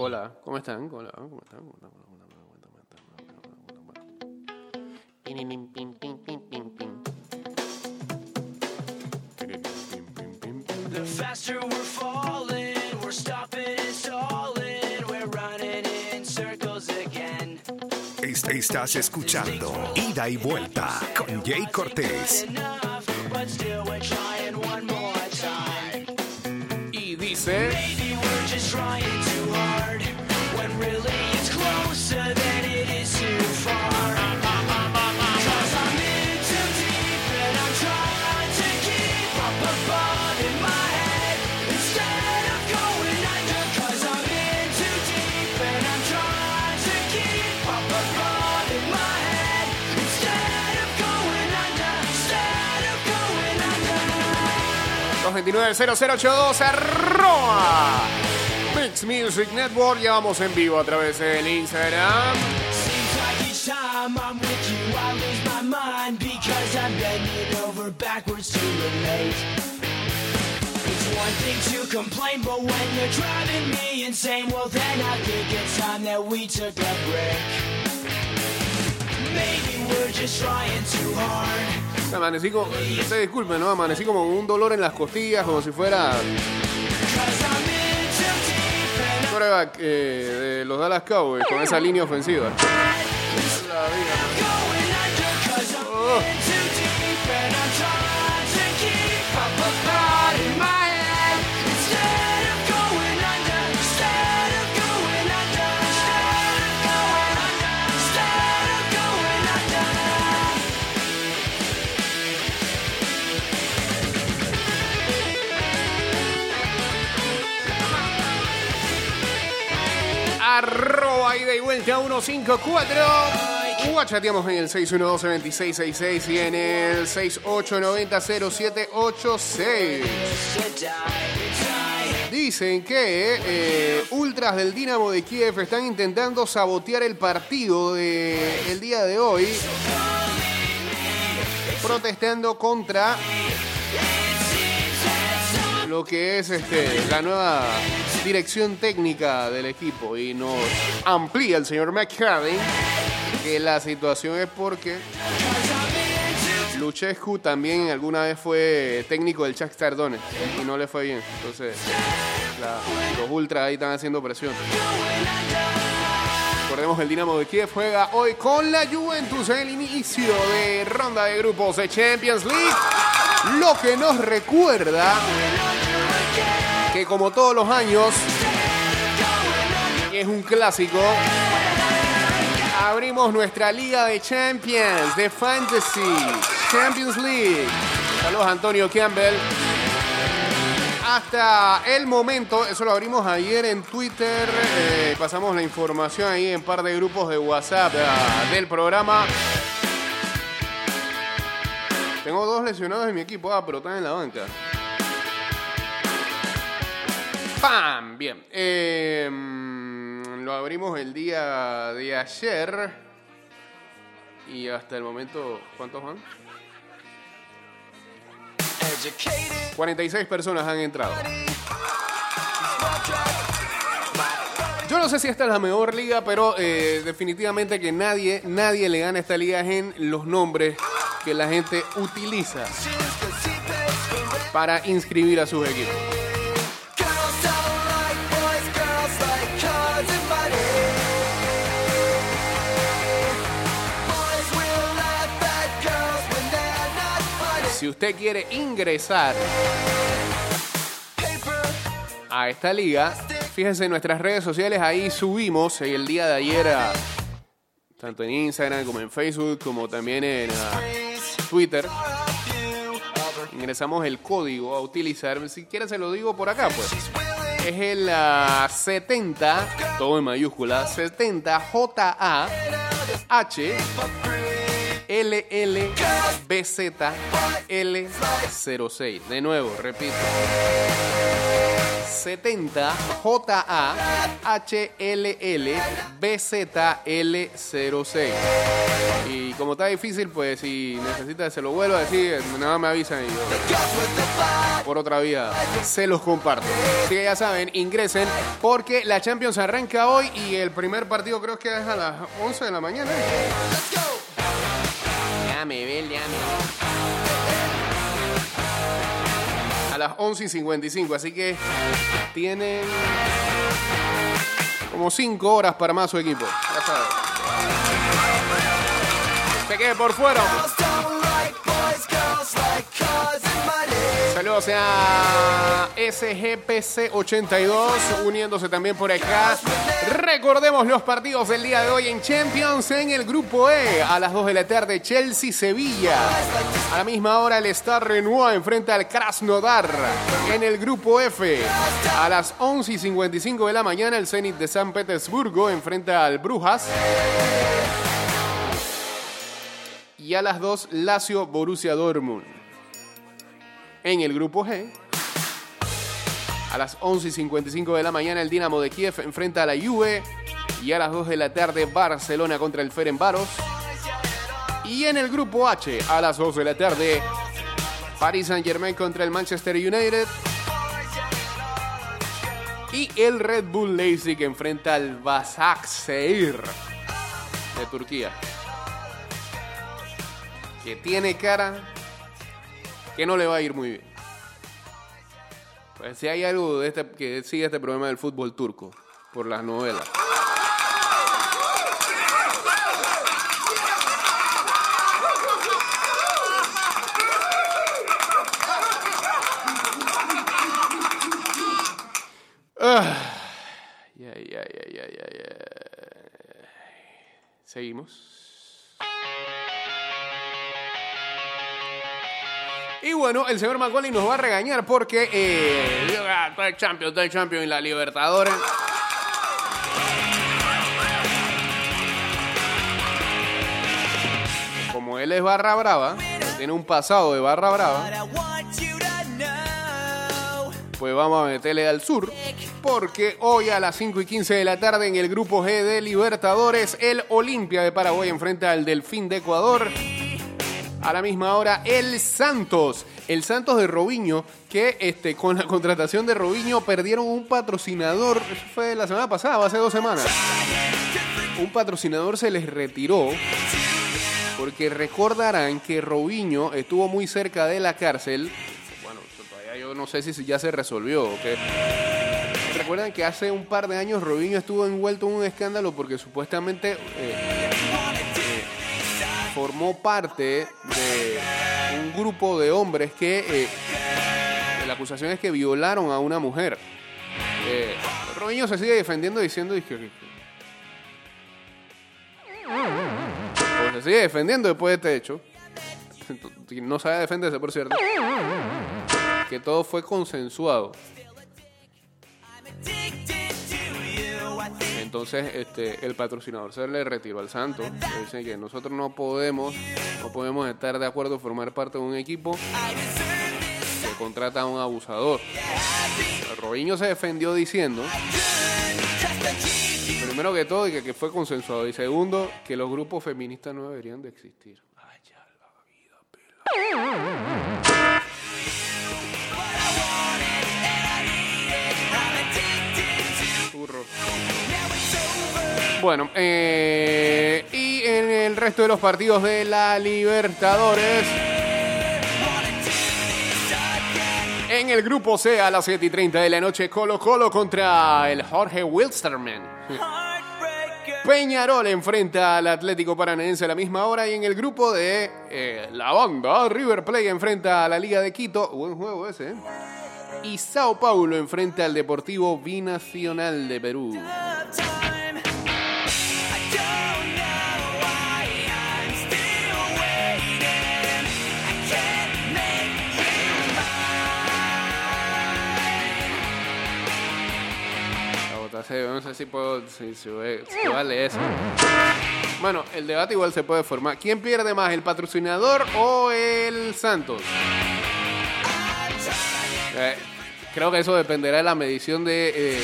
Hola, ¿cómo están? Hola, ¿cómo están? The faster we're falling, we're stopping and stalling, we're running in circles again. Estás escuchando Ida y Vuelta con Jay Cortés. Enough, but still we're trying one more time. Y dice... Maybe we're just trying too hard, when really it's closer than it is too far. 'Cause I'm in too deep and I'm trying to keep up above in my head instead of going under. 'Cause I'm in too deep and I'm trying to keep up above in my head instead of going under. Instead of going under. 229-0082 arroba Mix Music Network. Ya vamos en vivo a través del Instagram. Seems like each time I'm with you, I lose my mind because I'm bending over backwards to relate. It's one thing to complain, but when you're driving me insane, well then I think it's time that we took a break. Maybe we're just trying too hard. Amanecí como... disculpen, ¿no? Amanecí como con un dolor en las costillas, como si fuera... 'Cause I'm in too deep and quarterback de los Dallas Cowboys con esa línea ofensiva. I'm going under. 'Cause I'm in too deep and I'm trying to keep up above in my head instead of going under. Instead of going under. Instead of going under. Instead of going under. Arroba ida y vuelta 154. Chateamos en el 612-2666 y en el 6890-0786. Dicen que ultras del Dinamo de Kiev están intentando sabotear el partido del día de hoy, protestando contra lo que es la nueva dirección técnica del equipo, y nos amplía el señor McCarthy que la situación es porque Luchescu también alguna vez fue técnico del Shakhtar Donetsk y no le fue bien. Entonces los ultras ahí están haciendo presión. Recordemos que el Dinamo de Kiev juega hoy con la Juventus en el inicio de ronda de grupos de Champions League, lo que nos recuerda que, como todos los años, y es un clásico, abrimos nuestra Liga de Champions de Fantasy Champions League. Saludos a Antonio Campbell. Hasta el momento, eso lo abrimos ayer en Twitter, pasamos la información ahí en un par de grupos de WhatsApp del programa. Tengo 2 lesionados en mi equipo, pero están en la banca. ¡Pam! Bien. Lo abrimos el día de ayer. Y hasta el momento, ¿cuántos van? 46 personas han entrado. Yo no sé si esta es la mejor liga, pero definitivamente que nadie le gana a esta liga en los nombres que la gente utiliza para inscribir a sus equipos. Si usted quiere ingresar a esta liga, fíjense en nuestras redes sociales, ahí subimos el día de ayer, tanto en Instagram como en Facebook, como también en Twitter. Ingresamos el código a utilizar, si quiere se lo digo por acá, pues. Es el 70, todo en mayúscula, 70 JAH LLBZL06. De nuevo, repito. 70 JAHLL BZL06. Y como está difícil, pues si necesitas, se lo vuelvo a decir, nada me avisan y yo por otra vía se los comparto. Así que ya saben, ingresen porque la Champions arranca hoy y el primer partido creo que es a las 11 de la mañana. Déjame ver. A las 11:55, así que tienen como 5 horas para más su equipo. Ya saben. Se quede por fuera. Saludos a SGPC82 uniéndose también por acá. Recordemos los partidos del día de hoy en Champions. En el grupo E, a las 2 de la tarde, Chelsea-Sevilla. A la misma hora, el Stade Rennais enfrenta al Krasnodar. En el grupo F, a las 11:55 de la mañana, el Zenit de San Petersburgo enfrenta al Brujas. Y a las 2, Lazio-Borussia Dortmund. En el grupo G, a las 11:55 de la mañana, el Dinamo de Kiev enfrenta a la Juve. Y a las 2 de la tarde, Barcelona contra el Ferencváros. Y en el grupo H, a las 2 de la tarde, Paris Saint-Germain contra el Manchester United. Y el Red Bull Leipzig enfrenta al Başakşehir de Turquía. Que tiene cara que no le va a ir muy bien. Pues si hay algo de que sigue este problema del fútbol turco por las novelas. Seguimos. Y bueno, el señor Macaulay nos va a regañar porque todo el Champions y la Libertadores. Como él es barra brava, tiene un pasado de barra brava, pues vamos a meterle al sur, porque hoy a las 5:15 de la tarde en el grupo G de Libertadores, el Olimpia de Paraguay enfrenta al Delfín de Ecuador. A la misma hora, el Santos de Robinho, que con la contratación de Robinho perdieron un patrocinador. Eso fue la semana pasada, hace 2 semanas. Un patrocinador se les retiró porque recordarán que Robinho estuvo muy cerca de la cárcel. Bueno, todavía yo no sé si ya se resolvió o qué. Recuerdan que hace un par de años Robinho estuvo envuelto en un escándalo porque supuestamente formó parte de un grupo de hombres que la acusación es que violaron a una mujer. Robinho se sigue defendiendo diciendo que se sigue defendiendo después de este hecho. No sabe defenderse, por cierto. Que todo fue consensuado. Entonces el patrocinador se le retiró al Santos. Dicen que nosotros no podemos estar de acuerdo en formar parte de un equipo que contrata a un abusador. Robinho se defendió diciendo, primero que todo, que fue consensuado, y segundo, que los grupos feministas no deberían de existir. Ay, ya la vida pela. Churro. Bueno, y en el resto de los partidos de la Libertadores, en el grupo C a las 7:30 de la noche, Colo-Colo contra el Jorge Wilstermann. Peñarol enfrenta al Atlético Paranaense a la misma hora, y en el grupo de la banda River Plate enfrenta a la Liga de Quito. Buen juego ese, ¿eh? Y Sao Paulo enfrenta al Deportivo Binacional de Perú. No sé si vale eso. Bueno, el debate igual se puede formar. ¿Quién pierde más, el patrocinador o el Santos? Creo que eso dependerá de la medición de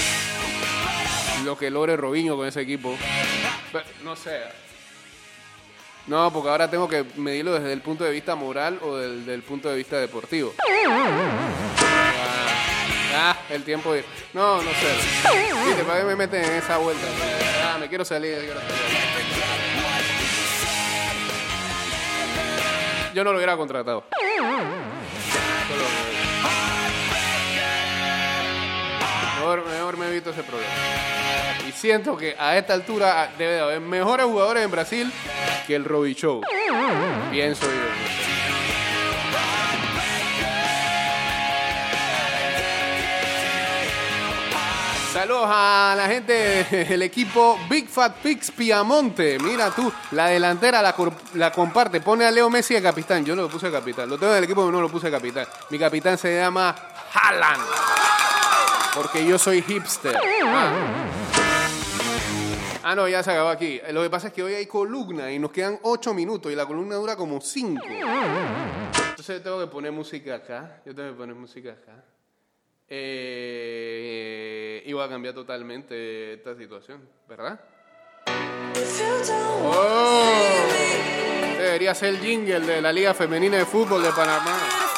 lo que logre Robinho con ese equipo. Pero, no sé. No, porque ahora tengo que medirlo desde el punto de vista moral o del punto de vista deportivo. El tiempo de... No sé. Viste, ¿para qué me meten en esa vuelta? Me quiero salir. Yo no lo hubiera contratado. Mejor me evito ese problema. Y siento que a esta altura debe de haber mejores jugadores en Brasil que el Robbie Show. Pienso yo. Saludos a la gente del equipo Big Fat Pigs Piamonte. Mira tú, la delantera la comparte. Pone a Leo Messi de capitán. Yo no lo puse de capitán. Lo tengo en el equipo, pero no lo puse de capitán. Mi capitán se llama Haaland. Porque yo soy hipster. No, ya se acabó aquí. Lo que pasa es que hoy hay columna y nos quedan 8 minutos y la columna dura como 5. Entonces tengo que poner música acá. Yo tengo que poner música acá. Y voy a cambiar totalmente esta situación, ¿verdad? Debería ser el jingle de la Liga Femenina de Fútbol de Panamá.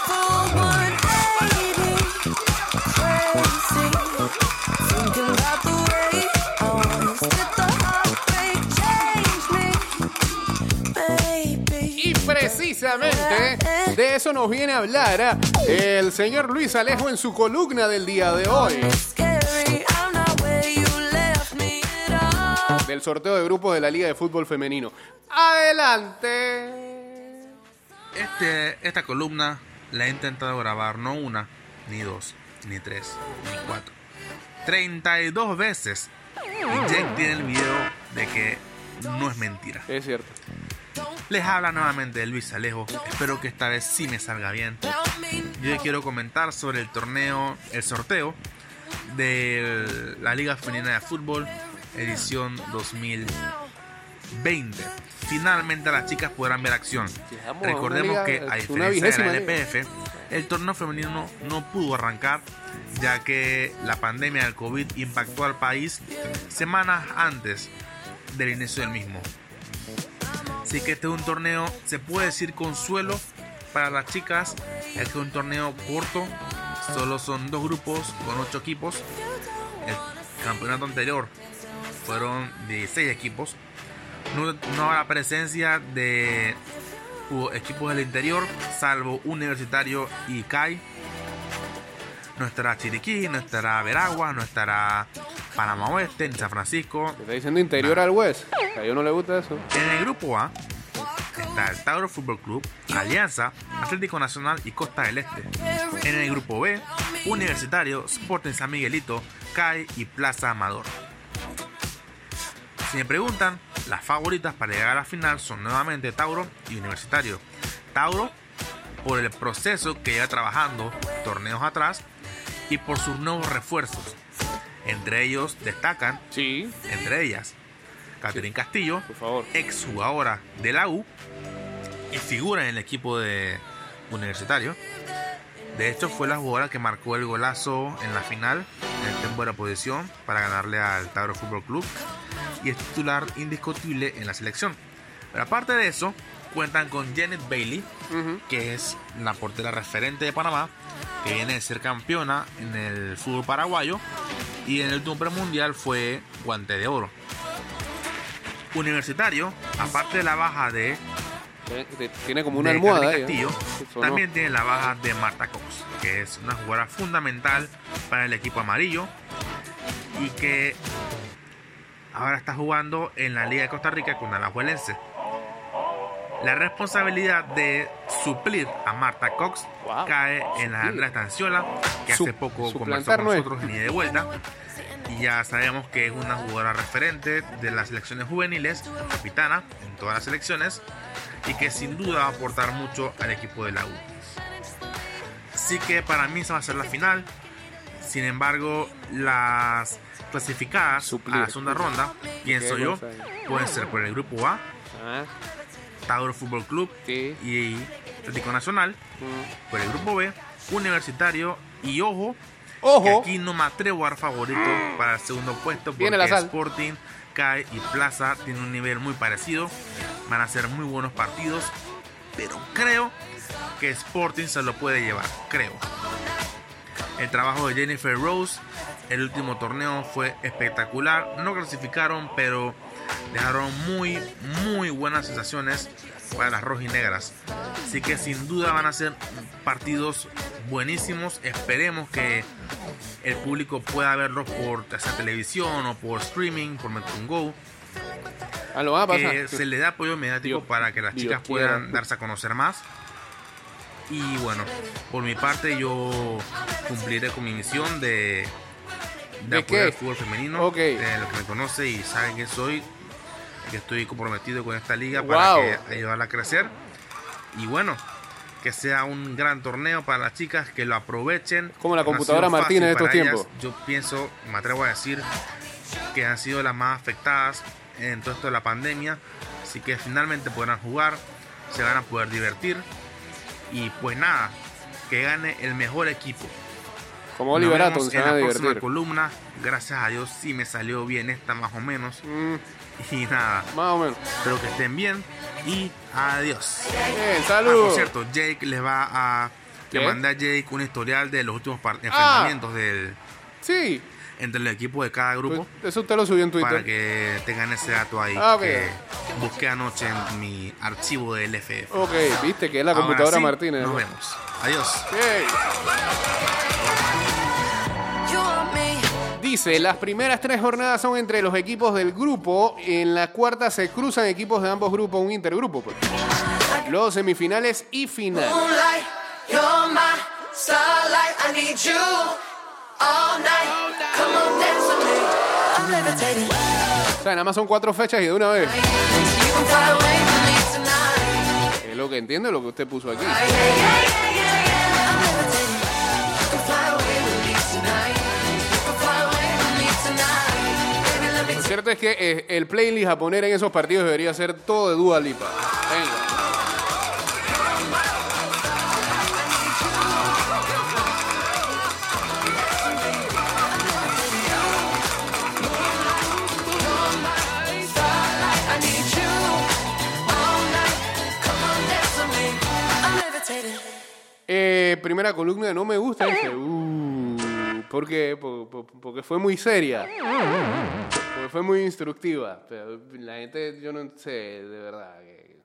Y precisamente de eso nos viene a hablar el señor Luis Alejo en su columna del día de hoy. Del sorteo de grupos de la Liga de Fútbol Femenino. ¡Adelante! Esta columna la he intentado grabar no una, ni dos, ni tres, ni cuatro. 32 veces. Y Jake tiene el video de que no es mentira. Es cierto. Les habla nuevamente de Luis Alejo. Espero que esta vez sí me salga bien. Yo les quiero comentar sobre el sorteo de la Liga Femenina de Fútbol edición 2020. Finalmente las chicas podrán ver acción. Recordemos que a diferencia de la LPF, el torneo femenino no pudo arrancar ya que la pandemia del COVID impactó al país semanas antes del inicio del mismo. Así que este es un torneo, se puede decir consuelo para las chicas, ya que es un torneo corto, solo son 2 grupos con 8 equipos. El campeonato anterior fueron 16 equipos. No habrá presencia de equipos del interior, salvo Universitario y CAI. No estará Chiriquí, no estará Veragua, no estará Panamá Oeste, ni San Francisco. ¿Te está diciendo interior al West? A ellos no les gusta eso. En el grupo A está el Tauro Fútbol Club, Alianza, Atlético Nacional y Costa del Este. En el grupo B, Universitario, Sporting San Miguelito, CAI y Plaza Amador. Si me preguntan, las favoritas para llegar a la final son nuevamente Tauro y Universitario. Tauro por el proceso que lleva trabajando torneos atrás y por sus nuevos refuerzos. Entre ellos destacan, entre ellas, Catherine Castillo, por favor, exjugadora de la U y figura en el equipo de Universitario. De hecho, fue la jugadora que marcó el golazo en la final, en el tiempo de la posición, para ganarle al Tauro Fútbol Club y es titular indiscutible en la selección. Pero aparte de eso, cuentan con Janet Bailey, que es la portera referente de Panamá, que viene de ser campeona en el fútbol paraguayo y en el último premundial fue guante de oro. Universitario, aparte de la baja de tiene como una almohada Castillo, también tiene la baja de Marta Cox, que es una jugadora fundamental para el equipo amarillo y que ahora está jugando en la Liga de Costa Rica con Alajuelense. La responsabilidad de suplir a Marta Cox cae en la Andrea Estanciola, que hace poco conversó con nosotros ni de vuelta. Y ya sabemos que es una jugadora referente de las selecciones juveniles, capitana en todas las selecciones, y que sin duda va a aportar mucho al equipo de la U. Así que para mí esa va a ser la final. Sin embargo, las clasificadas a la segunda ronda, pienso yo, pueden ser por el grupo A, Tauro Fútbol Club y Atlético Nacional. Por el grupo B, Universitario Y ojo, Ojo. que aquí no me atrevo a dar favorito para el segundo puesto Viene porque la sal. Sporting, CAE y Plaza tienen un nivel muy parecido. Van a ser muy buenos partidos, pero creo que Sporting se lo puede llevar, creo. El trabajo de Jennifer Rose, el último torneo fue espectacular. No clasificaron, pero dejaron muy, muy buenas sensaciones para las rojinegras. Así que sin duda van a ser partidos buenísimos. Esperemos que el público pueda verlos por ya sea televisión o por streaming, por Metron Go. Lo van a pasar. Que se le da apoyo mediático Dios, para que las Dios chicas quiera. puedan darse a conocer más. Y bueno, por mi parte yo cumpliré con mi misión de ¿De apoyar qué? el fútbol femenino. Ok. Los que me conocen y saben que soy, que estoy comprometido con esta liga Wow. para que ayudarla a crecer. Y bueno, que sea un gran torneo para las chicas, que lo aprovechen. Como la No ha computadora sido Martínez de fácil estos para ellas. tiempos. Yo pienso, me atrevo a decir, que han sido las más afectadas en todo esto de la pandemia. Así que finalmente podrán jugar, se van a poder divertir. Y pues nada, que gane el mejor equipo. Como Nos Oliver vemos Atom se en van a la próxima divertir. columna. Gracias a Dios sí me salió bien esta más o menos. Mm, Y nada, más o menos. espero que estén bien y adiós. Bien, Por saludos. cierto, Jake les va a... ¿Qué? Le mandé a Jake un historial de los últimos enfrentamientos Sí, entre el equipo de cada grupo. pues, eso usted lo subió en Twitter. Para que tengan ese dato ahí Ah, ok. que busqué anoche en mi archivo del FF. Ok, viste que es la Ahora computadora sí, Martínez. Nos ¿no? vemos. Adiós. Bien. You want me? Dice, las primeras 3 jornadas son entre los equipos del grupo. En la cuarta se cruzan equipos de ambos grupos, un intergrupo. Pues. Luego semifinales y final. Moonlight, you're my starlight. I need you all night. Come on, dance with me. I'm levitating. O sea, nada más son 4 fechas y de una vez. You can fly away from me tonight. Es lo que entiendo, lo que usted puso aquí. Yeah, yeah, yeah, yeah, yeah. I'm levitating. You can fly away with me tonight. You can fly away with me tonight. Baby, let me Lo cierto es que el playlist a poner en esos partidos debería ser todo de Dua Lipa. Venga. I need you all night. Come on, dance with me. I'm levitating. Primera columna de no me gusta. Dice, ¿por qué? Porque fue muy seria. Porque fue muy instructiva. Pero la gente, yo no sé, de verdad.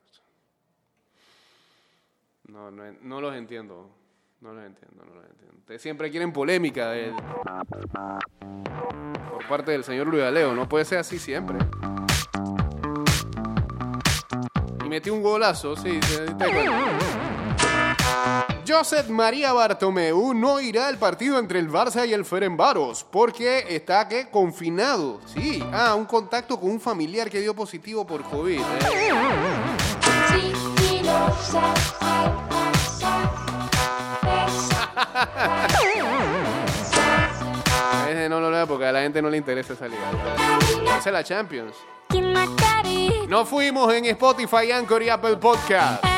No los entiendo. No los entiendo. Ustedes siempre quieren polémica por parte del señor Luis Aleo. No puede ser así siempre. Y metí un golazo, sí. Josep María Bartomeu no irá al partido entre el Barça y el Ferencváros porque está confinado. Sí, un contacto con un familiar que dio positivo por COVID. Ese no lo leo porque a la gente no le interesa esa liga. Esa es la Champions. Nos fuimos en Spotify, Anchor y Apple Podcast.